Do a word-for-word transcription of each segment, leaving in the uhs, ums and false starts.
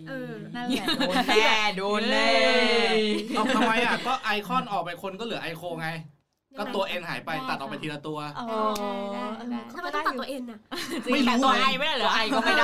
เออนั่นแหละโดนแน่โดนแน่เอาทำไมอ่ะก็ไอคอนออกไปคนก็เหลือไอโคไงก็ตัวเอ็นหายไปตัดออกไปทีละตัวอ๋อทำไมต้องตัดตัวเอ็นน่ะไม่รู้ตัวไอไม่ได้เหรอไอก็ไม่ได้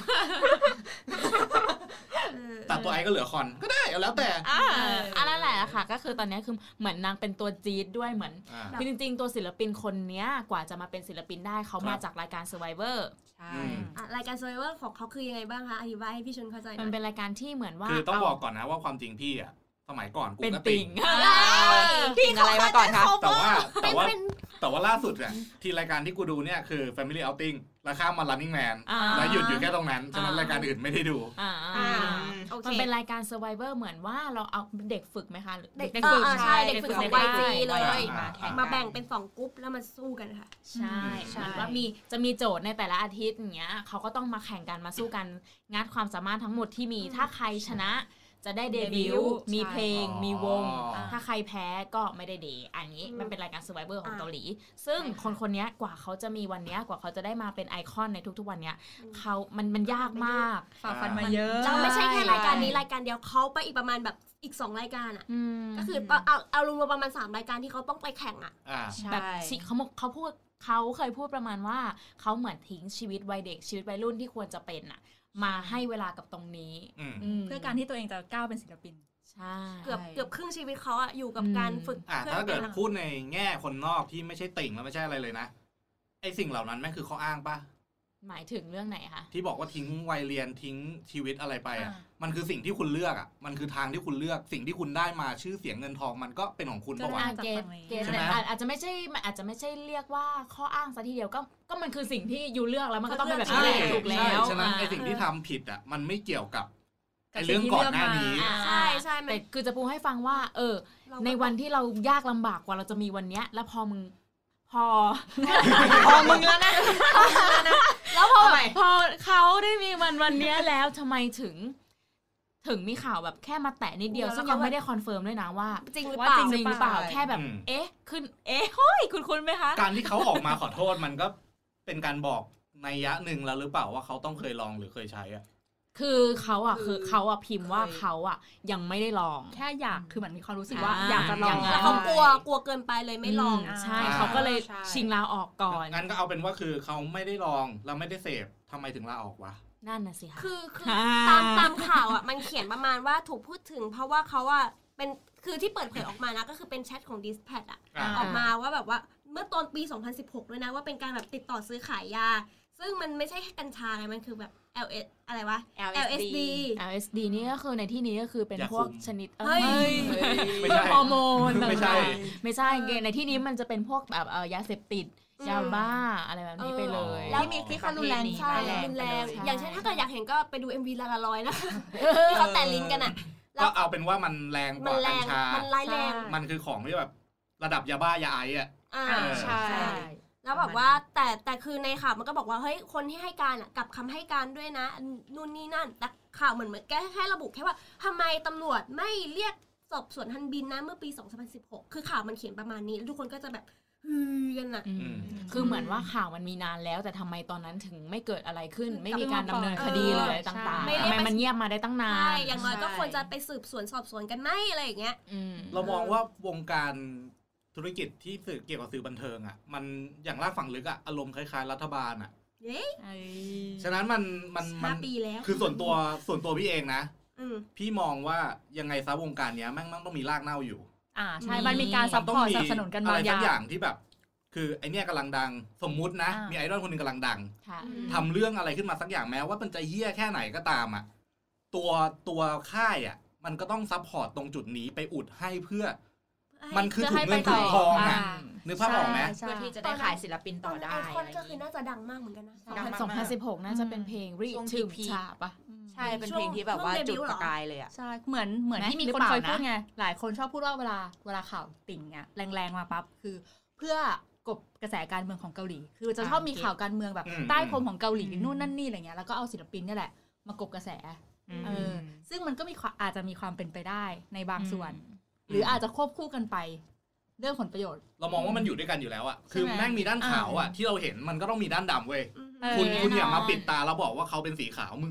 ตัดตัวไอก็เหลือคอนก็ได้เอาแล้วแต่อ่าอันนั้นแหละค่ะก็คือตอนนี้คือเหมือนนางเป็นตัวจี๊ดด้วยเหมือนคือจริงๆตัวศิลปินคนนี้กว่าจะมาเป็นศิลปินได้เขามาจากรายการ Survivor ใช่รายการ Survivor ของเขาคือยังไงบ้างคะอธิบายให้พี่ชนเข้าใจมันเป็นรายการที่เหมือนว่าคือต้องบอกก่อนนะว่าความจริงพี่อ่ะสมัยก่อนกูก็ติ่งติ่งอะไรมาก่อนคะแต่ว่าแต่ว่าแต่ว่าล่าสุดเนี่ยที่รายการที่กูดูเนี่ยคือ Family Outing แล้วข้ามมา Running Man แล้วหยุดอยู่แค่ตรงนั้นฉะนั้นรายการอื่นไม่ได้ดูมันเป็นรายการ Survivor เหมือนว่าเราเอาเด็กฝึกไหมคะเด็กฝึกใช่เด็กฝึกของ วาย จี เลยมาแบ่งเป็นสองกลุ่มแล้วมาสู้กันค่ะใช่เหมือนว่ามีจะมีโจทย์ในแต่ละอาทิตย์อย่างเงี้ยเขาก็ต้องมาแข่งกันมาสู้กันงัดความสามารถทั้งหมดที่มีถ้าใครชนะจะได้เดบิวต์มีเพลงมีวงถ้าใครแพ้ก็ไม่ได้เดย์อันนี้มันเป็นรายการ Survivor ของเกาหลีซึ่งคนคนนี้กว่าเขาจะมีวันนี้กว่าเขาจะได้มาเป็นไอคอนในทุกๆวันนี้เขามันมันยากมากฝ่าฟันมาเยอะแล้วไม่ใช่แค่รายการนี้รายการเดียวเขาไปอีกประมาณแบบอีกสองรายการอ่ะก็คือเอาเอารวมประมาณสามรายการที่เขาต้องไปแข่งอ่ะแบบเขาเขาพูดเขาเคยพูดประมาณว่าเขาเหมือนทิ้งชีวิตวัยเด็กชีวิตวัยรุ่นที่ควรจะเป็นอ่ะมาให้เวลากับตรงนี้เพื่อการที่ตัวเองจะก้าวเป็นศิลปินใช่เกือบเกือบครึ่งชีวิตเขาอะอยู่กับการฝึกถ้าเกิดพูดในแง่คนนอกที่ไม่ใช่ติ่งแล้วไม่ใช่อะไรเลยนะไอ้สิ่งเหล่านั้นแม่งคือข้ออ้างปะหมายถึงเรื่องไหนคะที่บอกว่าทิ้งวัยเรียนทิ้งชีวิตอะไรไปอ่ะมันคือสิ่งที่คุณเลือกอ่ะมันคือทางที่คุณเลือกสิ่งที่คุณได้มาชื่อเสียงเงินทองมันก็เป็นของคุณปะวะใช่ไหมอาจจะไม่ใช่อาจจะไม่ใช่เรียกว่าข้ออ้างซะทีเดียวก็ก็มันคือสิ่งที่อยู่เลือกแล้วมันก็ต้องเป็นแบบนี้ถูกแล้วฉะนั้นไอ้สิ่งที่ทำผิดอ่ะมันไม่เกี่ยวกับไอ้เรื่องก่อนหน้านี้ใช่ใช่แต่คือจะปูให้ฟังว่าเออในวันที่เรายากลำบากกว่าเราจะมีวันเนี้ยแล้วพอมึงพอพอมึงแล้วนะแล้วพอพอเขาได้มีวันวันนี้แล้วทำไมถึงถึงมีข่าวแบบแค่มาแตะนิดเดียวซึ่งยังไม่ได้คอนเฟิร์มด้วยนะว่าจริงหรือเปล่าจริงหรือเปล่าแค่แบบเอ๊ะขึ้นเอ๊ะเฮ้ยคุณคุณไหมคะการที่เขาออกมาขอโทษมันก็เป็นการบอกนัยยะหนึ่งแล้วหรือเปล่าว่าเขาต้องเคยลองหรือเคยใช้อ่ะคือเขาอ่ะคือเขาอ่ะพิมพ์ว่าเขาอ่ะยังไม่ได้ลองแค่อยากคือเหมือนมีความรู้สึกว่าอยากจะลองแล้วเขากลัวกลัวเกินไปเลยไม่ลองใช่เขาก็เลยชิงลาออกก่อนงั้นก็เอาเป็นว่าคือเขาไม่ได้ลองแล้วไม่ได้เสพทำไมถึงลาออกวะนั่นน่ะสิค่ะคือคือตามตามข่าวอ่ะมันเขียนประมาณว่าถูกพูดถึงเพราะว่าเขาอ่ะเป็นคือที่เปิดเผยออกมานะก็คือเป็นแชทของ Dispatch อ่ะออกมาว่าแบบว่าเมื่อตอนปีสองพันสิบหกด้วยนะว่าเป็นการแบบติดต่อซื้อขายยาซึ่งมันไม่ใช่แค่กัญชาไงมันคือแบบ แอล เอส อะไรวะ แอล เอส ดีแอล เอส ดี นี่ก็คือในที่นี้ก็คือเป็นพวกชนิดเฮ้ยไม่ใช่ฮอร์โมนไม่ใช่ไม่ใช่ในที่นี้มันจะเป็นพวกแบบยาเสพติดยาบ้าอะไรแบบนี้ไปเลยแล้วมีที่เขารุนแรงใช่รุนแรงอย่างเช่นถ้าเกิดอยากเห็นก็ไปดู เอ็ม วี ลาลาลอยนะที่เขาแต่ลิ้นกันอ่ะก็เอาเป็นว่ามันแรงกว่ากัญชามันร้ายแรงมันคือของที่แบบระดับยาบ้ายาไอซ์อ่ะใช่แล้วแบบว่าแต่แต่คือในข่าวมันก็บอกว่าเฮ้ยคนที่ให้การอ่ะกับคำให้การด้วยนะนู่นนี่นั่นแต่ข่าวเหมือนเหมือนแค่แค่ระบุแค่ว่าทำไมตำรวจไม่เรียกสอบสวนฮันบินนะเมื่อปีสองพันสิบหกคือข่าวมันเขียนประมาณนี้แล้วทุกคนก็จะแบบฮือกันอ่ะคือเหมือนว่าข่าวมันมีนานแล้วแต่ทำไมตอนนั้นถึงไม่เกิดอะไรขึ้นไม่มีการดำเนินคดีเลยต่างๆทำไมมันเงียบมาได้ตั้งนานใช่อย่างน้อยก็ควรจะไปสืบสวนสอบสวนกันไหมอะไรอย่างเงี้ยเรามองว่าวงการธุรกิจที่สื่อเกี่ยวกับสื่อบันเทิงอ่ะมันอย่างรากฝังลึกอ่ะอารมณ์คล้ายๆรัฐบาลอ่ะฉะนั้นมันมันมันคือส่วนตัวส่วนตัวพี่เองนะพี่มองว่ายังไงซะวงการเนี้ยแม่งต้องมีรากเน่าอยู่อ่าใช่มันมีการซัพพอร์ตสนับสนุนกันบางอย่างอะไรสักอย่างที่แบบคือไอเนี้ยกำลังดังสมมุตินะมีไอดอลคนนึงกำลังดังทำเรื่องอะไรขึ้นมาสักอย่างแม้ว่ามันจะเหี้ยแค่ไหนก็ตามอ่ะตัวตัวค่ายอ่ะมันก็ต้องซัพพอร์ตตรงจุดนี้ไปอุดให้เพื่อมันคือถุงเงินถุงทองอ่ะนึกภาพออกไหมเพื่อที่จะได้ขายศิลปินต่อได้ไอคอนก็คือน่าจะดังมากเหมือนกันนะสองพันสิบหกน่าจะเป็นเพลงรีถึงชาปะใช่เป็นเพลงที่แบบว่าจุดประกายเลยอ่ะใช่เหมือนเหมือนที่มีคนเคยพูดไงหลายคนชอบพูดว่าเวลาเวลาข่าวติ่งเงี้ยแรงๆมาปั๊บคือเพื่อกบกระแสการเมืองของเกาหลีคือจะชอบมีข่าวการเมืองแบบใต้พรมของเกาหลีนู่นนั่นนี่อะไรเงี้ยแล้วก็เอาศิลปินนี่แหละมากบกระแสเออซึ่งมันก็มีอาจจะมีความเป็นไปได้ในบางส่วนหรืออาจจะควบคู่กันไปเรื่องผลประโยชน์เรามองว่ามันอยู่ด้วยกันอยู่แล้วอะคือแม่งมีด้านขาวอะที่เราเห็นมันก็ต้องมีด้านดำเว้ยคุณคุณอย่ามาปิดตาแล้วบอกว่าเขาเป็นสีขาวมึง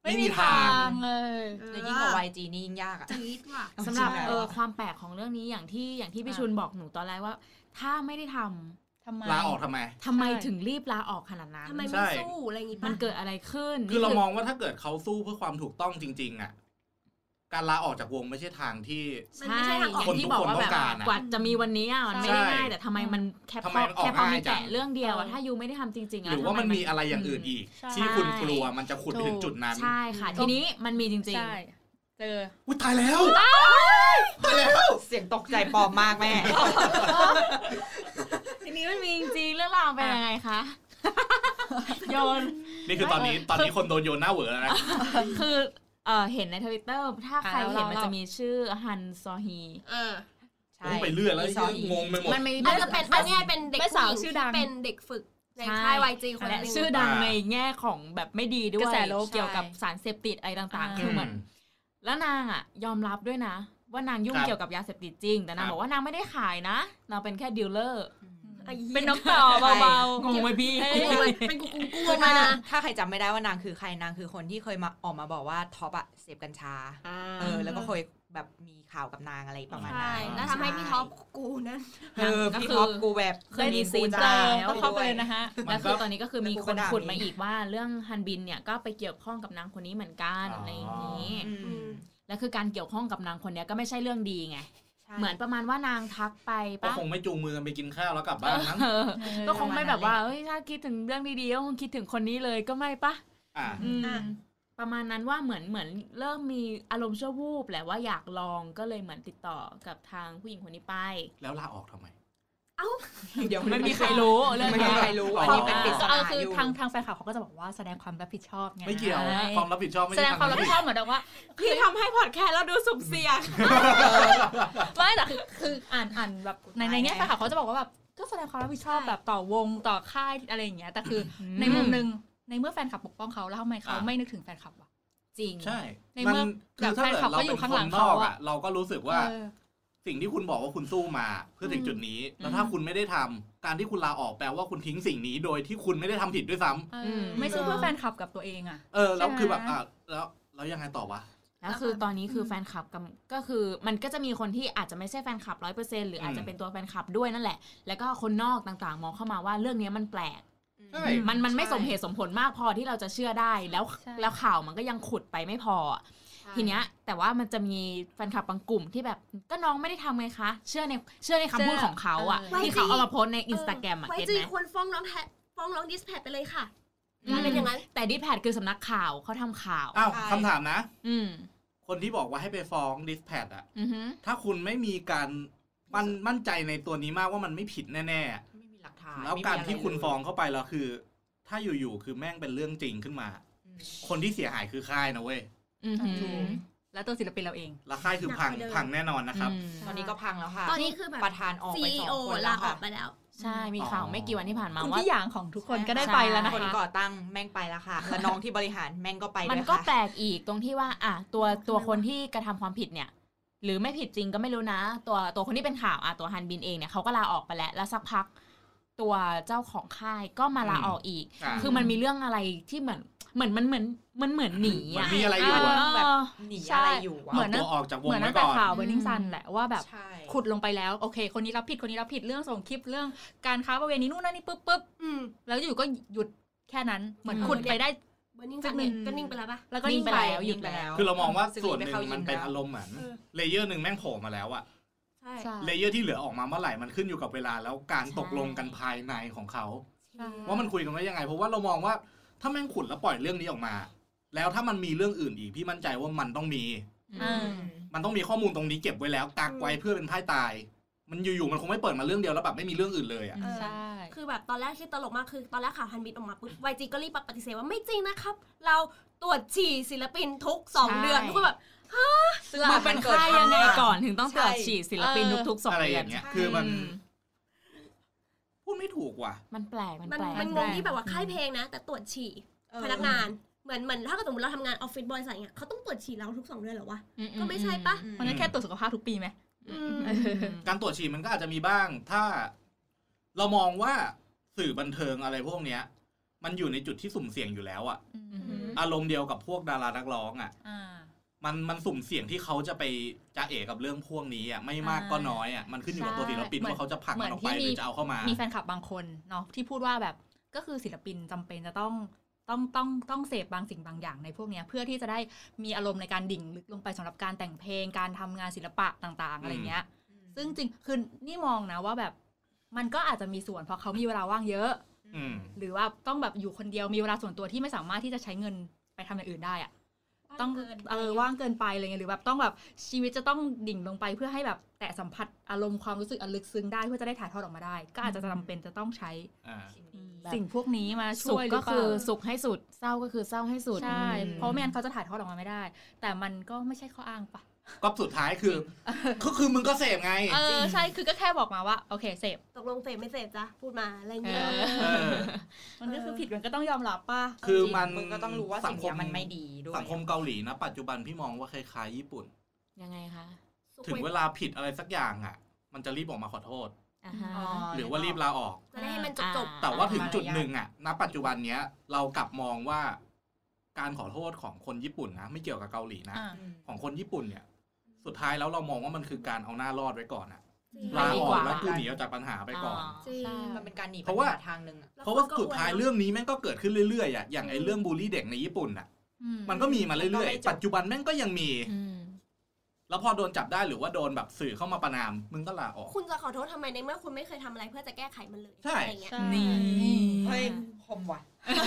ไม่มีทางเลยแล้วยิ่งกว่า วาย จี นี่ยิ่งยากอ่ะจี๊ดว่ะสำหรับเออความแปลกของเรื่องนี้อย่างที่อย่างที่พี่ชุนบอกหนูตอนแรกว่าถ้าไม่ได้ทำทำไมลาออกทำไมทำไมถึงรีบลาออกขนาดนั้นทำไมไม่สู้อะไรอย่างงี้มันเกิดอะไรขึ้นคือเรามองว่าถ้าเกิดเขาสู้เพื่อความถูกต้องจริงๆอ่ะการลาออกจากวงไม่ใช่ทางที่ไม่ใช่ทางออกที่บอกว่าแบบกว่าจะมีวันนี้อ่ะมันไม่ได้ง่ายแต่ทำไมมันแค่พอแค่พอมีแตะเรื่องเดียวถ้ายูไม่ได้ทำจริงๆหรือว่ามันมีอะไรอย่างอื่นอีกที่คุณกลัวมันจะขุดไปถึงจุดนั้นใช่ค่ะทีนี้มันมีจริงๆเจออุ้ยตายแล้วตายแล้วเสียงตกใจปลอมมากแม่ทีนี้มันมีจริงๆเรื่องราวเป็นยังไงคะโยนนี่คือตอนนี้ตอนนี้คนโดนโยนหน้าเหวอแล้วนะคือเอ่อเห็นใน Twitter ถ้าใครเห็นมันจะมีชื่อฮันซอฮีเออใช่ไปเรื่อยแล้วงงไปหมดมันมันจะเป็นอันนี้เป็นเด็กผู้หญิงชื่อดังเป็นเด็กฝึกในค่าย วาย จี คนนึงชื่อดังในแง่ของแบบไม่ดีด้วยเกี่ยวกับสารเสพติดอะไรต่างๆคือเหมือนแล้วนางอ่ะยอมรับด้วยนะว่านางยุ่งเกี่ยวกับยาเสพติดจริงแต่นางบอกว่านางไม่ได้ขายนะนางเป็นแค่ดีลเลอร์เป็นน้องต่อเบาๆงงไหมพี่เป็นกูกูกูมานะถ้าใครจำไม่ได้ว่านางคือใครนางคือคนที่เคยมาออกมาบอกว่าท็อปอะเสพกัญชาเออแล้วก็เคยแบบมีข่าวกับนางอะไรประมาณนั้นแล้วทำให้พี่ท็อปกูนั่นเออพี่ท็อปกูแบบเคยมีซีนแล้วต้องเข้าไปเลยนะคะแล้วคือตอนนี้ก็คือมีคนขุดมาอีกว่าเรื่องฮันบินเนี่ยก็ไปเกี่ยวข้องกับนางคนนี้เหมือนกันอะไรอย่างนี้แล้วคือการเกี่ยวข้องกับนางคนนี้ก็ไม่ใช่เรื่องดีไงเหมือนประมาณว่านางทักไปปะก็คงไม่จูงมือกันไปกินข้าวแล้วกลับบ้านมั้งก็คงไม่แบบว่าเอ้ยถ้าคิดถึงเรื่องดีๆก็คงคิดถึงคนนี้เลยก็ไม่ปะอ่าประมาณนั้นว่าเหมือนเหมือนเริ่มมีอารมณ์ชั่ววูบแหละว่าอยากลองก็เลยเหมือนติดต่อกับทางผู้หญิงคนนี้ไปแล้วลาออกทำไมเอ้าเดี๋ยวไม่มีใครรู้เรื่องไม่มีใครรู้อันนี้เป็นปริศนาคือทางทางแฟนคลับเขาก็จะบอกว่าแสดงความรับผิดชอบไงไม่เกี่ยวความรับผิดชอบไม่แสดงความรับผิดชอบเหมือนว่าพี่ทำให้พอดแคสต์แล้วดูสุ่มเสี่ยงไม่แต่คือคืออ่านอ่านแบบในในแง่แฟนคลับเขาจะบอกว่าแบบก็แสดงความรับผิดชอบแบบต่อวงต่อค่ายอะไรอย่างเงี้ยแต่คือในมุมนึงในเมื่อแฟนคลับปกป้องเขาแล้วทำไมเขาไม่นึกถึงแฟนคลับวะจริงใช่ในเมื่อแบบแฟนคลับก็อยู่ข้างหลังเขาอะเราก็รู้สึกว่าสิ่งที่คุณบอกว่าคุณสู้มาเพื่อถึงจุดนี้แล้วถ้าคุณไม่ได้ทำการที่คุณลาออกแปลว่าคุณทิ้งสิ่งนี้โดยที่คุณไม่ได้ทำผิดด้วยซ้ำไม่สู้เพื่อแฟนคลับกับตัวเองอ่ะเออแล้วคือแบบอ่ะแล้วแล้วยังไงต่อวะแล้วคือตอนนี้คือแฟนคลับก็คือมันก็จะมีคนที่อาจจะไม่ใช่แฟนคลับ ร้อยเปอร์เซ็นต์ หรืออาจจะเป็นตัวแฟนคลับด้วยนั่นแหละแล้วก็คนนอกต่างๆมองเข้ามาว่าเรื่องนี้มันแปลกมันมันไม่สมเหตุสมผลมากพอที่เราจะเชื่อได้แล้วแล้วข่าวมันก็ยังขุดไปไม่พอทีเนี้ยแต่ว่ามันจะมีแฟนคลับบางกลุ่มที่แบบก็น้องไม่ได้ทำไงคะเชื่อในเชื่อในคำพูดของเขาอ่ะที่เขาเอามาโพสใน Instagram อ่ะเก็ตไหมควรฟ้องร้องแทฟ้องร้องดิสแพทไปเลยค่ะเป็นอย่างนั้นแต่ดิสแพทคือสำนักข่าวเขาทำข่าวอ้าวคำถามนะคนที่บอกว่าให้ไปฟ้องดิสแพทอ่ะถ้าคุณไม่มีการมั่นมั่นใจในตัวนี้มากว่ามันไม่ผิดแน่ๆไม่มีหลักฐานแล้วการที่คุณฟ้องเข้าไปแล้วคือถ้าอยู่ๆคือแม่งเป็นเรื่องจริงขึ้นมาคนที่เสียหายคือค่ายนะเว้ยแล้วตัวศิลปินเราเองแล้วค่ายคือพังพังแน่นอนนะครับตอนนี้ก็พังแล้วค่ะตอนนี้คือแบบประธานออกไปสองคนลาออกไปแล้วใช่มีข่าวไม่กี่วันที่ผ่านมาว่าทุกอย่างของทุกคนก็ได้ไปแล้วนะคะคนก่อตั้งแม่งไปแล้วค่ะแล้วน้องที่บริหารแม่งก็ไปด้วยค่ะมันก็แปลกอีกตรงที่ว่าอ่ะตัวตัวคนที่กระทำความผิดเนี่ยหรือไม่ผิดจริงก็ไม่รู้นะตัวตัวคนที่เป็นข่าวอ่ะตัวฮันบินเองเนี่ยเขาก็ลาออกไปแล้วแล้วสักพักตัวเจ้าของค่ายก็มาลาออกอีกคือมันมีเรื่องอะไรที่เหมือนเหมือนมันเหมือนมันเหมือนหนีอ่ะมีอะไรอยู่แบบหนีอะไรอยู่เหมือนตัวออกจากวงเหมือนตั้งแต่ข่าวเบอร์นิงซันแหละว่าแบบขุดลงไปแล้วโอเคคนนี้รับผิดคนนี้รับผิดเรื่องส่งคลิปเรื่องการค้าประเวณีนู่นนั่นนี่ปุ๊บปุ๊บแล้วอยู่ก็หยุดแค่นั้นเหมือนขุดไปได้เบอร์นิงซันก็นิ่งไปแล้วปะแล้วก็นิ่งไปแล้วหยุดไปแล้วคือเรามองว่าส่วนนึงมันเป็นอารมณ์เหมือนเลเยอร์นึงแม่งโผล่มาแล้วอะเลเยอร์ที่เหลือออกมาเมื่อไหร่มันขึ้นอยู่กับเวลาแล้วการตกลงกันภายในของเขาว่ามันคุยกันว่ายังไงเพราะว่าเรามองว่าถ้าแม่งขุดแล้วปล่อยเรื่องนี้ออกมาแล้วถ้ามันมีเรื่องอื่นอีกพี่มั่นใจว่ามันต้องมีมันต้องมีข้อมูลตรงนี้เก็บไว้แล้วกักไว้เพื่อเป็นไพ่ตายมันอยู่ๆมันคงไม่เปิดมาเรื่องเดียวแล้วแบบไม่มีเรื่องอื่นเลยอ่ะใช่คือแบบตอนแรกที่ตลกมากคือตอนแรกข่าวฮันบินออกมาปุ๊บ วาย จี ก็รีบปฏิเสธว่าไม่จริงนะครับเราตรวจฉี่ศิลปินทุกสองเดือนทุกคนแบบฮะมันเป็นค่ายยังไงก่อนถึงต้องตรวจฉี่ศิลปินทุกๆสองเดือนเนี่ยคือมันพูดไม่ถูกว่ะมันแปลกมันแปลกมันงงที่แบบว่าค่ายเพลงนะแต่ตรวจฉี่พนักงานเหมือนเหมือนถ้าเกิดสมมติเราทำงานออฟฟิศบริษัทเนี่ยเขาต้องตรวจฉี่เราทุกสองเดือนเหรอวะก็ไม่ใช่ปะมันแค่ตรวจสุขภาพทุกปีไหมการตรวจฉี่มันก็อาจจะมีบ้างถ้าเรามองว่าสื่อบันเทิงอะไรพวกเนี้ยมันอยู่ในจุดที่สุ่มเสี่ยงอยู่แล้วอ่ะอารมณ์เดียวกับพวกดารานักร้องอ่ะมันมันสุ่มเสี่ยงที่เขาจะไปจะเอะกับเรื่องพวกนี้อ่ะไม่มากก็น้อยอ่ะมันขึ้นอยู่กับตัวศิลปินว่าเขาจะผลักมันออกไปหรือจะเอาเข้ามามีแฟนคลับบางคนเนาะที่พูดว่าแบบก็คือศิลปินจำเป็นจะต้องต้องต้องต้องเสพบางสิ่งบางอย่างในพวกนี้เพื่อที่จะได้มีอารมณ์ในการดิ่งลึกลงไปสำหรับการแต่งเพลงการทำงานศิลปะต่างๆอะไรเงี้ยซึ่งจริงคือนี่มองนะว่าแบบมันก็อาจจะมีส่วนเพราะเขามีเวลาว่างเยอะหรือว่าต้องแบบอยู่คนเดียวมีเวลาส่วนตัวที่ไม่สามารถที่จะใช้เงินไปทำอย่างอื่นได้อะต้องเออว่างเกินไปอะไรเงี้ยหรือแบบต้องแบบชีวิตจะต้องดิ่งลงไปเพื่อให้แบบแตะสัมผัสอารมณ์ความรู้สึกอันลึกซึ้งได้เพื่อจะได้ถ่ายทอดออกมาได้ก็อาจจะจำเป็นจะต้องใช้สิ่งพวกนี้มาช่วยก็คือสุขให้สุดเศร้าก็คือเศร้าให้สุดใช่เพราะไม่งั้นเขาจะถ่ายทอดออกมาไม่ได้แต่มันก็ไม่ใช่ข้ออ้างปะก็สุดท้ายคือก็คือมึงก็เสพไงเออใช่คือก็แค่บอกมาว่าโอเคเสพตกลงเสพไม่เสพจ้ะพูดมาอะไรเงี้ยมันก็คือผิดมันก็ต้องยอมรับป่ะคือมันมึงก็ต้องรู้ว่าสิ่งนี้มันไม่ดีด้วยสังคมเกาหลีนะปัจจุบันพี่มองว่าคล้ายๆญี่ปุ่นยังไงคะถึงเวลาผิดอะไรสักอย่างอ่ะมันจะรีบออกมาขอโทษหรือว่ารีบลาออกจะได้ให้มันจบๆแต่ว่าถึงจุดหนึ่งอ่ะณปัจจุบันเนี้ยเรากลับมองว่าการขอโทษของคนญี่ปุ่นนะไม่เกี่ยวกับเกาหลีนะของคนญี่ปุ่นเนี่ยสุดท้ายแล้วเรามองว่ามันคือการเอาหน้ารอดไว้ก่อนอะลาออกแล้วกูหนีออกจากปัญหาไปก่อนใช่มันเป็นการหนีเพราะว่าทางนึงเพราะว่าสุดท้ายเรื่องนี้แม่งก็เกิดขึ้นเรื่อยๆอะอย่างไอ้เรื่องบูลลี่เด็กในญี่ปุ่นอะมันก็มีมาเรื่อยๆปัจจุบันแม่งก็ยังมีแล้วพอโดนจับได้หรือว่าโดนแบบสื่อเข้ามาประณามมึงก็ลาออกคุณจะขอโทษทำไมในเมื่อคุณไม่เคยทำอะไรเพื่อจะแก้ไขมันเลยอะไรเงี้ยนี่เฮ้ยคมว่ะ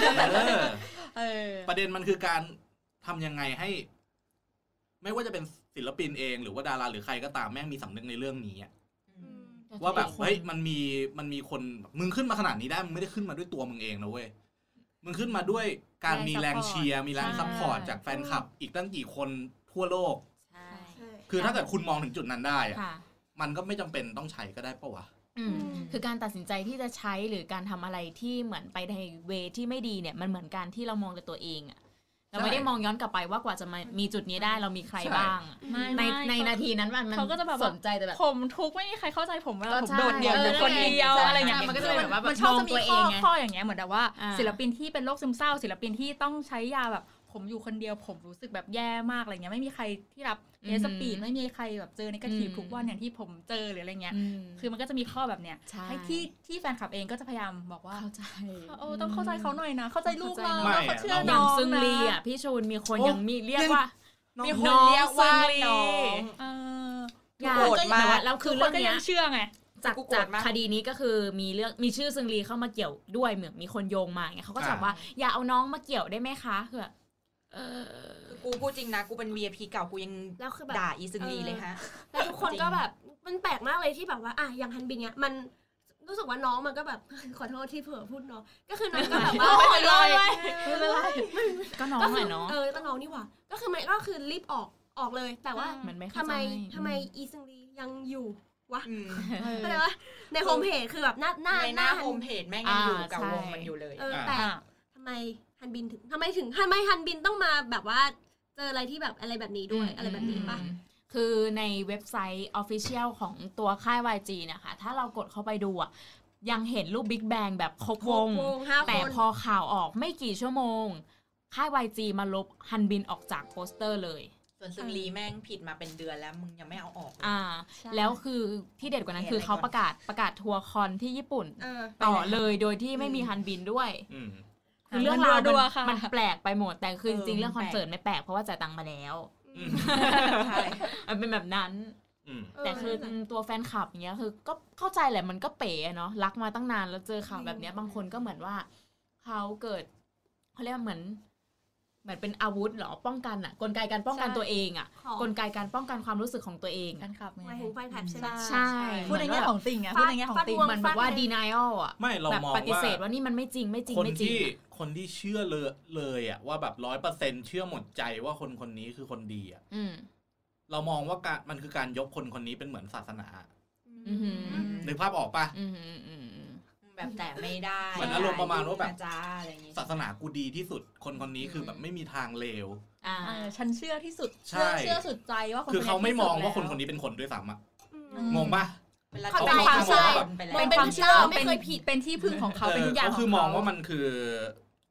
ประเด็นมันคือการทำยังไงให้ไม่ว่าจะเป็นศิลปินเองหรือว่าดาราหรือใครก็ตามแม่งมีสำนึกในเรื่องนี้ว่าแบบเฮ้ยมันมีมันมีคนมึงขึ้นมาขนาดนี้ได้มึงไม่ได้ขึ้นมาด้วยตัวมึงเองนะเว้ยมึงขึ้นมาด้วยการมีแรงเชียร์มีแรงซัพพอร์ตจากแฟนคลับอีกตั้งกี่คนทั่วโลกคือถ้าเกิดคุณมองถึงจุดนั้นได้อะมันก็ไม่จำเป็นต้องใช้ก็ได้ปะวะคือการตัดสินใจที่จะใช้หรือการทำอะไรที่เหมือนไปในเวที่ไม่ดีเนี่ยมันเหมือนการที่เรามองแต่ตัวเองอะเราไม่ได้มองย้อนกลับไปว่ากว่าจะมามีจุดนี้ได้เรามีใครบ้างในในนาทีนั้นมันเขาก็จะแบบสนใจแต่แบบผมทุกไม่มีใครเข้าใจผมว่าผมโดดเดี่ยวอยู่คนเดียวอะไรอย่างเงี้ยมันก็จะแบบว่ามันชอบจะมีข้อข้ออย่างเงี้ยเหมือนแบบว่าศิลปินที่เป็นโรคซึมเศร้าศิลปินที่ต้องใช้ยาแบบผมอยู่คนเดียวผมรู้สึกแบบแย่มากอะไรเงี้ยไม่มีใครที่รับเอสปีดไม่มีใครแบบเจอในกระถิ่นทุกวันอย่างที่ผมเจอหรืออะไรเงี้ยคือมันก็จะมีข้อแบบเนี้ยให้ที่ที่แฟนคลับเองก็จะพยายามบอกว่าเข้าใจเออต้องเข้าใจเขาหน่อยนะเข้าใจลูกเราเขาเชื่อน้องซึงลีอ่ะพี่ชูนมีคนยังมีเรียกว่ามีคนเรียกว่าน้องเออโกรธมากแล้วคือเรื่องก็ยังเชื่อไงจากจากคดีนี้ก็คือมีเรื่องมีชื่อซึงลีเข้ามาเกี่ยวด้วยเหมือนมีคนโยงมาไงเขาก็จะบอกว่าอย่าเอาน้องมาเกี่ยวได้ไหมคะคือเออกูพูดจริงนะกูเป็น วี ไอ พี เก่ากูยังด่าอีซึงลีเลยฮะแล้วทุกคนก็แบบมันแปลกมากเลยที่แบบว่าอ่ะอย่างฮันบินเนี้ยมันรู้สึกว่าน้องมันก็แบบขอโทษที่เผลอพูดน้องก็คือน้องก็แบบว่าไม่เป็นไรไม่เป็นไรก็น้องหน่อยเนาะเออก็น้องนี่หว่าก็คือมันก็คือรีบออกออกเลยแต่ว่าทำไมทำไมอีซึงลียังอยู่วะเข้าใจปะในโฮมเพจคือแบบหน้าหน้าในหน้าโฮมเพจแม่งยังอยู่กับวงมันอยู่เลยเออแต่ทำไมฮันบินถึงทำไมถึงทำไมฮันบินต้องมาแบบว่าเจออะไรที่แบบอะไรแบบนี้ด้วยอะไรแบบนี้ป่ะคือในเว็บไซต์ Official ของตัวค่าย วาย จี นะคะถ้าเรากดเข้าไปดูอ่ะยังเห็นรูป Big Bang แบบครบวงแต่พอข่าวออกไม่กี่ชั่วโมงค่าย วาย จี มาลบฮันบินออกจากโปสเตอร์เลยส่วนซึงลีแม่งผิดมาเป็นเดือนแล้วมึงยังไม่เอาออกอ่าแล้วคือที่เด็ดกว่านั้นคือเขาประกาศประกาศทัวร์คอนที่ญี่ปุ่นต่อเลยโดยที่ไม่มีฮันบินด้วยคือเรื่องราวมันแปลกไปหมดแต่คือจริงๆเรื่องคอนเสิร์ตไม่แปลกเพราะว่าจ่ายตังค์มาแล้วใช่มันเป็นแบบนั้นแต่คือตัวแฟนคลับอย่างเงี้ยคือก็เข้าใจแหละมันก็เป๋เนาะรักมาตั้งนานแล้วเจอข่าวแบบเนี้ยบางคนก็เหมือนว่าเขาเกิดเขาเรียกเหมือนเหมือนเป็นอาวุธเหรอป้องกันอ่ะกลไกการป้องกันตัวเองอ่ะกลไกการป้องกันความรู้สึกของตัวเองแฟนคลับหมายถึงแฟนคลับใช่ไหมใช่พูดในแง่ของติ่งไงพูดในแง่ของติ่งมันแบบว่า denial อ่ะไม่เรามองว่าปฏิเสธว่านี่มันไม่จริงไม่จริงไม่จริงคนที่เชื่อเลยเลยอ่ะว่าแบบ ร้อยเปอร์เซ็นต์ เชื่อหมดใจว่าคนคนนี้คือคนดีอ่ะเรามองว่าการมันคือการยกคนคนนี้เป็นเหมือนศาสนานึกภาพออกป่ะแบบแต่ไม่ได้เหมือนอารมณ์ประมาณว่าแบบศาสนากูดีที่สุดคนคนนี้คือแบบไม่มีทางเลวฉันเชื่อที่สุดเชื่อเชื่อสุดใจว่าคือเขาไม่มองว่าคนคนนี้เป็นคนด้วยซ้ำอ่ะงงป่ะเขาเป็นความเชื่อเป็นความเชื่อไม่เคยผิดเป็นที่พึ่งของเขาเป็นทุกอย่างเขาคือมองว่ามันคือ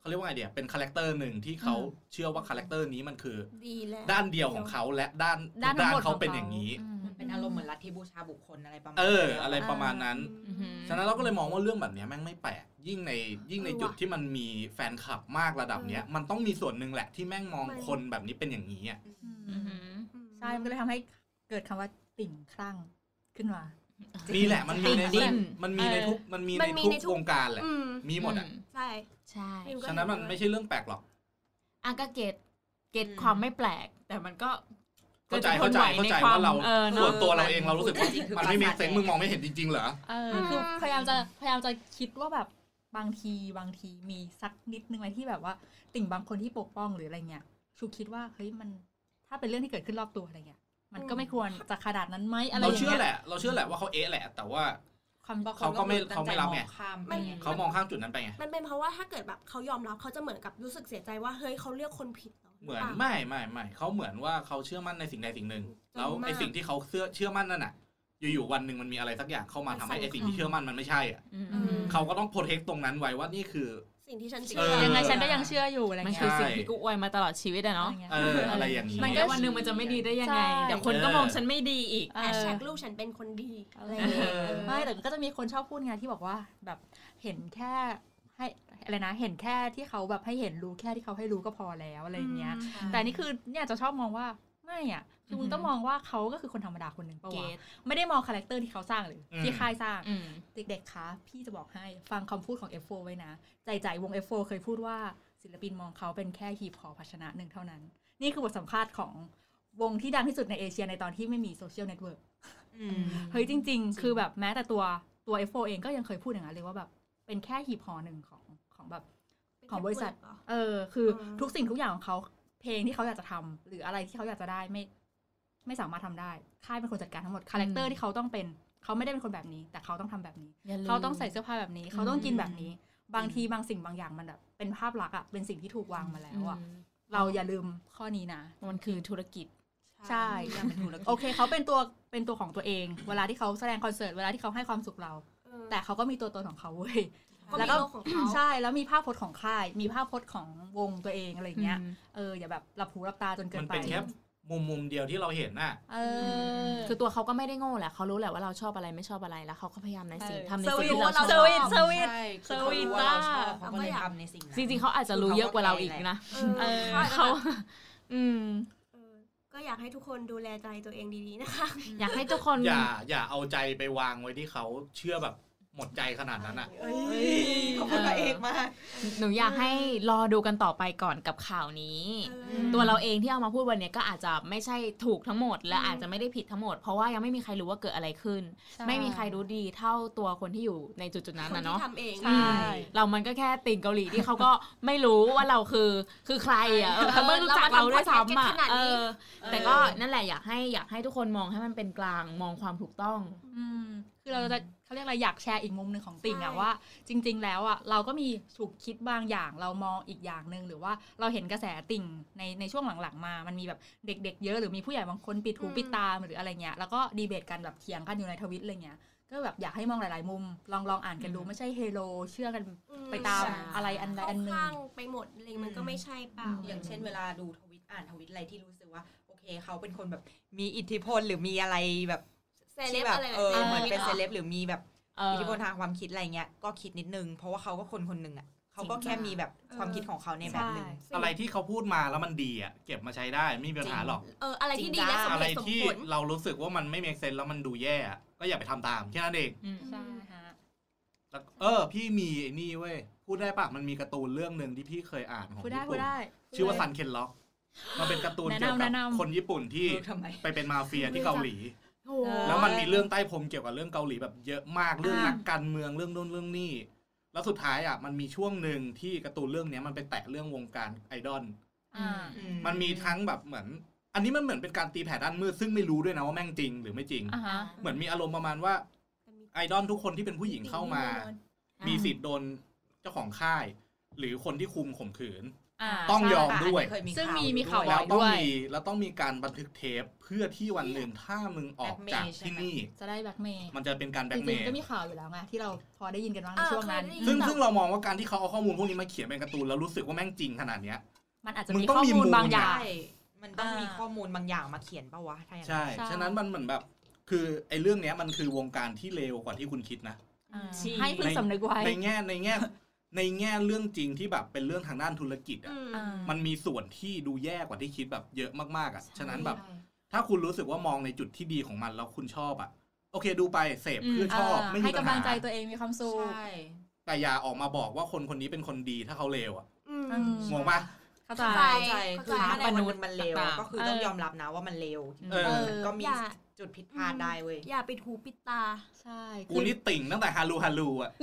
เขาเรียกว่าไงเดียเป็นคาแรคเตอร์หนึ่งที่เขาเชื่อว่าคาแรคเตอร์นี้มันคือดีแล้วด้านเดียวของเขาและด้านด้านเขาเป็นอย่างนี้มันเป็นอารมณ์เหมือนลัทธิบูชาบุคคลอะไรประมาณเอออะไรประมาณนั้นฉะนั้นเราก็เลยมองว่าเรื่องแบบนี้แม่งไม่แปลกยิ่งในยิ่งในจุดที่มันมีแฟนคลับมากระดับเนี้ยมันต้องมีส่วนหนึ่งแหละที่แม่งมองคนแบบนี้เป็นอย่างนี้อ่ะใช่มันก็เลยทำให้เกิดคำว่าติ่งคลั่งขึ้นมามีแหละมันมีในมันมีในทุกมันมีในทุกวงการแหละมีหมดอ่ะใช่ใช่ฉะนั้นมันไม่ใช่เรื่องแปลกหรอกอ่ะก็เกตเกตความไม่แปลกแต่มันก็เข้าใจเข้าใจเข้าใจว่าเราส่วนตัวเราเองเรารู้สึกว่ามันไม่มีเซนส์มึงมองไม่เห็นจริงๆเหรอเออคือพยายามจะพยายามจะคิดว่าแบบบางทีบางทีมีสักนิดนึงไหมที่แบบว่าติ่งบางคนที่ปกป้องหรืออะไรเงี้ยชูคิดว่าเฮ้ยมันถ้าเป็นเรื่องที่เกิดขึ้นรอบตัวอะไรเงี้ยมันก็ไม่ควรจะขนาดนั้นไหมอะไรอย่างเงี้ยเราเชื่อแหละเราเชื่อแหละว่าเขาเอ๊ะแหละแต่ว่าเขาก็ไม่เขาไม่รับไงเขามองข้ามจุดนั้นไปไงมันเป็นเพราะว่าถ้าเกิดแบบเขายอมรับเขาจะเหมือนกับรู้สึกเสียใจว่าเฮ้ยเขาเลือกคนผิดเหมือนไม่ไม่ไม่เขาเหมือนว่าเขาเชื่อมั่นในสิ่งใดสิ่งหนึ่งแล้วไอ้สิ่งที่เขาเชื่อเชื่อมั่นนั่นน่ะอยู่ๆวันหนึ่งมันมีอะไรสักอย่างเข้ามาทำให้ไอ้สิ่งที่เชื่อมั่นมันไม่ใช่อ่ะเขาก็ต้องโปรเทคตรงนั้นไว้ว่านี่คือสิ่งที่ฉันเชื่อยังไงฉันก็ยังเชื่ออยู่อะไรเงี้ยมันคือสิ่งที่กูอวยมาตลอดชีวิตอะเนาะเอออะไรอย่างนี้มันก็วันนึงมันจะไม่ดีได้ยังไงเดี๋ยวคนก็มองฉันไม่ดีอีกแฮชแท็กลูกฉันเป็นคนดีอะไรอย่างเงี้ยไม่แต่ก็จะมีคนชอบพูดไงที่บอกว่าแบบเห็นแค่ให้อะไรนะเห็นแค่ที่เขาแบบให้เห็นรู้แค่ที่เขาให้รู้ก็พอแล้วอะไรอย่างเงี้ยแต่นี่คือเนี่ยจะชอบมองว่าไม่อ่ะคือมึงต้องมองว่าเขาก็คือคนธรรมดาคนหนึ่งปะวะไม่ได้มองคาแรคเตอร์ที่เขาสร้างหรือที่ค่ายสร้างเด็กๆคะพี่จะบอกให้ฟังคำพูดของ เอฟ โฟร์ ไว้นะใจใจวง เอฟ โฟร์ เคยพูดว่าศิลปินมองเขาเป็นแค่หีบห่อภาชนะหนึ่งเท่านั้นนี่คือบทสัมภาษณ์ของวงที่ดังที่สุดในเอเชียในตอนที่ไม่มีโซเชียลเน็ตเวิร์กเฮ้ยจริงๆคือแบบแม้แต่ตัวตัว เอฟ โฟร์ เองก็ยังเคยพูดอย่างนั้นเลยว่าแบบเป็นแค่หีบห่อหนึ่งของของแบบของบริษัทเออคือทุกสิ่งทุกอย่างของเขาเพลงที่เขาอยากจะทำหรืออะไรที่เขาอยากจะได้ไม่ไม่สามารถทำได้ค่ายเป็นคนจัดการทั้งหมดคาแรคเตอร์ที่เขาต้องเป็นเขาไม่ได้เป็นคนแบบนี้แต่เขาต้องทำแบบนี้เขาต้องใส่เสื้อผ้าแบบนี้เขาต้องกินแบบนี้บางทีบางสิ่งบางอย่างมันแบบเป็นภาพลักษณ์อ่ะเป็นสิ่งที่ถูกวางมาแล้วอ่ะเราอย่าลืมข้อนี้นะมันคือธุรกิจใช่เป็นธุรกิจโอเคเขาเป็นตัวเป็นตัวของตัวเองเวลาที่เขาแสดงคอนเสิร์ตเวลาที่เขาให้ความสุขเราแต่เขาก็มีตัวตนของเขาเว้ยแล้วก็ใช่แล้วมีภาพพจน์ของค่ายมีภาพพจน์ของวงตัวเองอะไรเงี้ยเอออย่าแบบหลับหูหลับตาจนเกินไปมันเป็นแค่มุมมุมเดียวที่เราเห็นน่ะเออคือตัวเขาก็ไม่ได้โง่แหละเขารู้แหละว่าเราชอบอะไรไม่ชอบอะไรแล้วเขาก็พยายามในสิ่งทำในสิ่งที่เราชอบเซอร์วิสเซอร์วิสเซอร์วิสบ้าเขาก็เลยทำในสิ่งนั้นจริงๆเขาอาจจะรู้เยอะกว่าเราอีกนะเขาอืมก็อยากให้ทุกคนดูแลใจตัวเองดีๆนะคะอยากให้ทุกคนอย่าอย่าเอาใจไปวางไว้ที่เขาเชื่อแบบหมดใจขนาดนั้นอ่ะขอบคุณพระเอกมากหนูอยากให้รอดูกันต่อไปก่อนกับข่าวนี้ตัวเราเองที่เอามาพูดวันนี้ก็อาจจะไม่ใช่ถูกทั้งหมดและอาจจะไม่ได้ผิดทั้งหมดเพราะว่ายังไม่มีใครรู้ว่าเกิดอะไรขึ้นไม่มีใครรู้ดีเท่าตัวคนที่อยู่ในจุดๆนั้นนะเนาะใช่เรามันก็แค่ติ่งเกาหลีที่เขาก็ไม่รู้ว่าเราคือคือใครอ่ะเขาไม่รู้จักเราด้วยซ้ำอ่ะแต่ก็นั่นแหละอยากให้อยากให้ทุกคนมองให้มันเป็นกลางมองความถูกต้องคือเราจะเขาเรียกอะไรอยากแชร์อีกมุมนึงของติ่งอะว่าจริงๆแล้วอะเราก็มีถูกคิดบางอย่างเรามองอีกอย่างนึงหรือว่าเราเห็นกระแสติ่งในในช่วงหลังๆมามันมีแบบเด็กๆเยอะหรือมีผู้ใหญ่บางคนปิดหูปิดตาหรืออะไรเงี้ยแล้วก็ดีเบตกันแบบเถียงกันอยู่ในทวิตอะไรเงี้ยก็แบบอยากให้มองหลายๆมุมลองลองอ่านกันดูไม่ใช่เฮโลเชื่อกันไปตามอะไรอันใดอันหนึ่งไปหมดอะไรมันก็ไม่ใช่เปล่าอย่างเช่นเวลาดูทวิตอ่านทวิตอะไรที่รู้สึกว่าโอเคเขาเป็นคนแบบมีอิทธิพลหรือมีอะไรแบบเซเลบอะไรเออเหมือนเป็นเซเลบหรือมีแบบอิทธิพลทางความคิดอะไรเงี้ยก็คิดนิดนึงเพราะว่าเขาก็คนคนนึงอ่ะเขาก็แค่มีแบบความคิดของเขาในแบบนึงอะไรที่เขาพูดมาแล้วมันดีอ่ะเก็บมาใช้ได้ไม่มีปัญหาหรอกเอออะไรที่ดีและสมเหตุสมผลอะไรที่เรารู้สึกว่ามันไม่เมคเซนส์แล้วมันดูแย่ก็อย่าไปทำตามแค่นั้นเองใช่ฮะเออพี่มีไอ้นี่เว้ยพูดได้ปะมันมีการ์ตูนเรื่องนึงที่พี่เคยอ่านของญี่ปุ่นชื่อว่าซันเคนล็อกมันเป็นการ์ตูนเกี่ยวกับคนญี่ปุ่นที่ไปเป็นมาเฟียที่เกาหลีแล้วมันมีเรื่องใต้พรมเกี่ยวกับเรื่องเกาหลีแบบเยอะมากเรื่องนักการเมืองเรื่องนู่นเรื่องนี่แล้วสุดท้ายอ่ะมันมีช่วงหนึ่งที่การ์ตูนเรื่องนี้มันไปแตะเรื่องวงการไอดอลมันมีทั้งแบบเหมือนอันนี้มันเหมือนเป็นการตีแผ่ด้านมืดซึ่งไม่รู้ด้วยนะว่าแม่งจริงหรือไม่จริงเหมือนมีอารมณ์ประมาณว่าไอดอลทุกคนที่เป็นผู้หญิงเข้ามามีสิทธิ์โดนเจ้าของค่ายหรือคนที่คุมข่มขืนต้องยอมด้วยซึ่งมีมีข่าวแล้วด้ต้องวยมีแล้วต้องมีการบันทึกเทปเพื่อที่วันหนึ่งถ้ามึงออกจากที่นี่จะได้แบล็กเมย์มันจะเป็นการแบล็กเมย์จริงๆก็มีข่าวอยู่แล้วไงที่เราพอได้ยินกันบ้างในช่วงนั้นซึ่งซึ่งเรามองว่าการที่เขาเอาข้อมูลพวกนี้มาเขียนเป็นการ์ตูนแล้วรู้สึกว่าแม่งจริงขนาดเนี้ยมันอาจจะมีข้อมูลบางอย่างมันต้องมีข้อมูลบางอย่างมาเขียนป่าววะใช่ฉะนั้นมันเหมือนแบบคือไอ้เรื่องเนี้ยมันคือวงการที่เลวกว่าที่คุณคิดนะให้พึงสำนึกไว้ในแง่ในแง่ในแง่เรื่องจริงที่แบบเป็นเรื่องทางด้านธุรกิจอ่ะมันมีส่วนที่ดูแย่กว่าที่คิดแบบเยอะมากๆอ่ะฉะนั้นแบบถ้าคุณรู้สึกว่ามองในจุดที่ดีของมันแล้วคุณชอบอ่ะโอเคดูไปเสพเพื่อชอบไม่มีปัญหาให้กำลังใจตัวเองมีความสุขแต่อย่าออกมาบอกว่าคนคนนี้เป็นคนดีถ้าเขาเลวอ่ะงงปะเข้าใจคือถ้าในมนุษย์มันเลวก็คือต้องยอมรับนะว่ามันเลวก็มีจุดผิดพลาดได้เว้ยอย่าปิดหูปิดตาใช่กูนี่ติ่งตั้งแต่ฮารูฮารูอ่ะ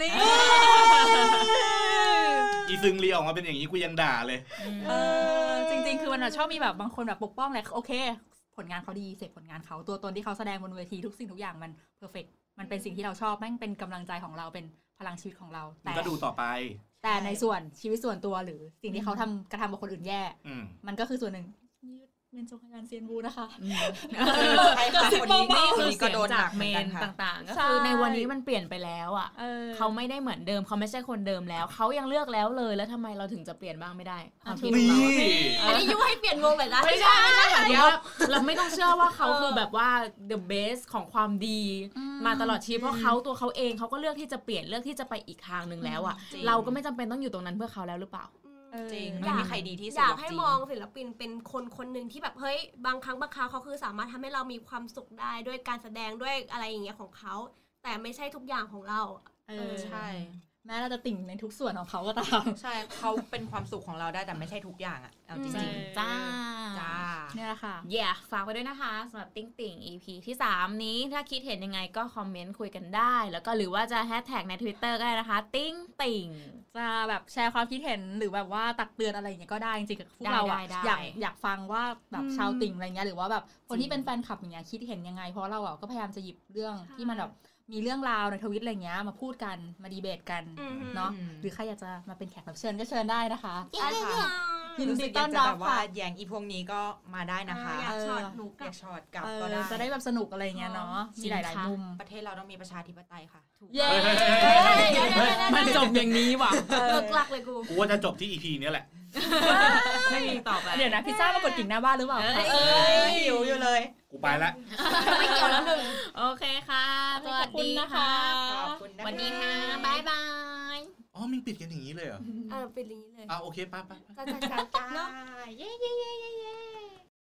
อีซึงเลียออกมาเป็นอย่างนี้กูยังด่าเลยเออจริงๆคือมันชอบมีแบบบางคนแบบปกป้องแหละโอเคผลงานเขาดีเสร็จผลงานเขาตัวตนที่เขาแสดงบนเวทีทุกสิ่งทุกอย่างมันเพอร์เฟกต์มันเป็นสิ่งที่เราชอบแม่งเป็นกำลังใจของเราเป็นพลังชีวิตของเราแต่ก็ดูต่อไปแต่ในส่วนชีวิตส่วนตัวหรือสิ่งที่เขาทำกระทำกับคนอื่นแย่มันก็คือส่วนหนึ่งเมนโจฮยอนเซียนบูนะคะก็คนนี้นี่คือเสียงจากเมนต่างๆก็คือในวันนี้มันเปลี่ยนไปแล้วอ่ะเขาไม่ได้เหมือนเดิมเขาไม่ใช่คนเดิมแล้วเขายังเลือกแล้วเลยแล้วทำไมเราถึงจะเปลี่ยนบ้างไม่ได้ความคิดของเราอันนี้ยุให้เปลี่ยนวงเลยนะไม่ใช่ไม่ใช่แบบนี้เราไม่ต้องเชื่อว่าเขาคือแบบว่า the best ของความดีมาตลอดชีวิตเพราะเขาตัวเขาเองเขาก็เลือกที่จะเปลี่ยนเลือกที่จะไปอีกทางนึงแล้วอ่ะเราก็ไม่จำเป็นต้องอยู่ตรงนั้นเพื่อเขาแล้วหรือเปล่าจริงไม่มีใครดีที่สุดอยากให้มองศิลปินเป็นคนคนหนึ่งที่แบบเฮ้ยบางครั้งบางคราวเขาคือสามารถทำให้เรามีความสุขได้ด้วยการแสดงด้วยอะไรอย่างเงี้ยของเขาแต่ไม่ใช่ทุกอย่างของเราเออใช่แม้เราจะติ่งในทุกส่วนของเขาก็ตามใช่เขาเป็นความสุขของเราได้แต่ไม่ใช่ทุกอย่างอ่ะเอาจริงๆจ้าจ้าเนี่ยแหละค่ะ yeah ฝากไว้ด้วยนะคะสำหรับติ๊งติ่ง อี พี ที่สามนี้ถ้าคิดเห็นยังไงก็คอมเมนต์คุยกันได้แล้วก็หรือว่าจะแฮชแท็กใน Twitter ก็ได้นะคะติ๊งติ่งจะแบบแชร์ความคิดเห็นหรือแบบว่าตักเตือนอะไรอย่างเงี้ยก็ได้จริงๆกับพวกเราอ่ะอยากอยากฟังว่าแบบชาวติ่งอะไรเงี้ยหรือว่าแบบคนที่เป็นแฟนคลับอย่างเงี้ยคิดเห็นยังไงเพราะเราอ่ะก็พยายามจะหยิบเรื่องที่มันแบบมีเรื่องราวในทวิตอะไรเงี้ยมาพูดกันมาดีเบตกันเนาะหรือใครอยากจะมาเป็นแขกรับเชิญก็เชิญได้นะคะใช่ค่ะยินดีต้อนรับว่าแยงอีพวกนี้ก็มาได้นะคะอยากช็อตหนูอยากช็อตกับก็ได้จะได้แบบสนุกอะไรเงี้ยเนาะมีหลายๆมุมประเทศเราต้องมีประชาธิปไตยค่ะเย้มันจบอย่างนี้ว่ะเลิกลักเลยกูกูว่าจะจบที่ อี พี นี้แหละไม่มีต่อไปเดี๋ยวนะพิซซ่ามากดกิ่งหน้าบ้านหรือเปล่าเอ้ยหิวอยู่เลยกูไปละไม่เกี่ยวแล้วหนึ่งโอเคค่ะสวัสดีนะคะสวัสดีค่ะบ๊ายบายอ๋อมึงปิดกันอย่างนี้เลยเหรอเออปิดอย่างนี้เลยอ่ะโอเคไปไปจ้าจ้าจ้าเย้เย้เย้เย้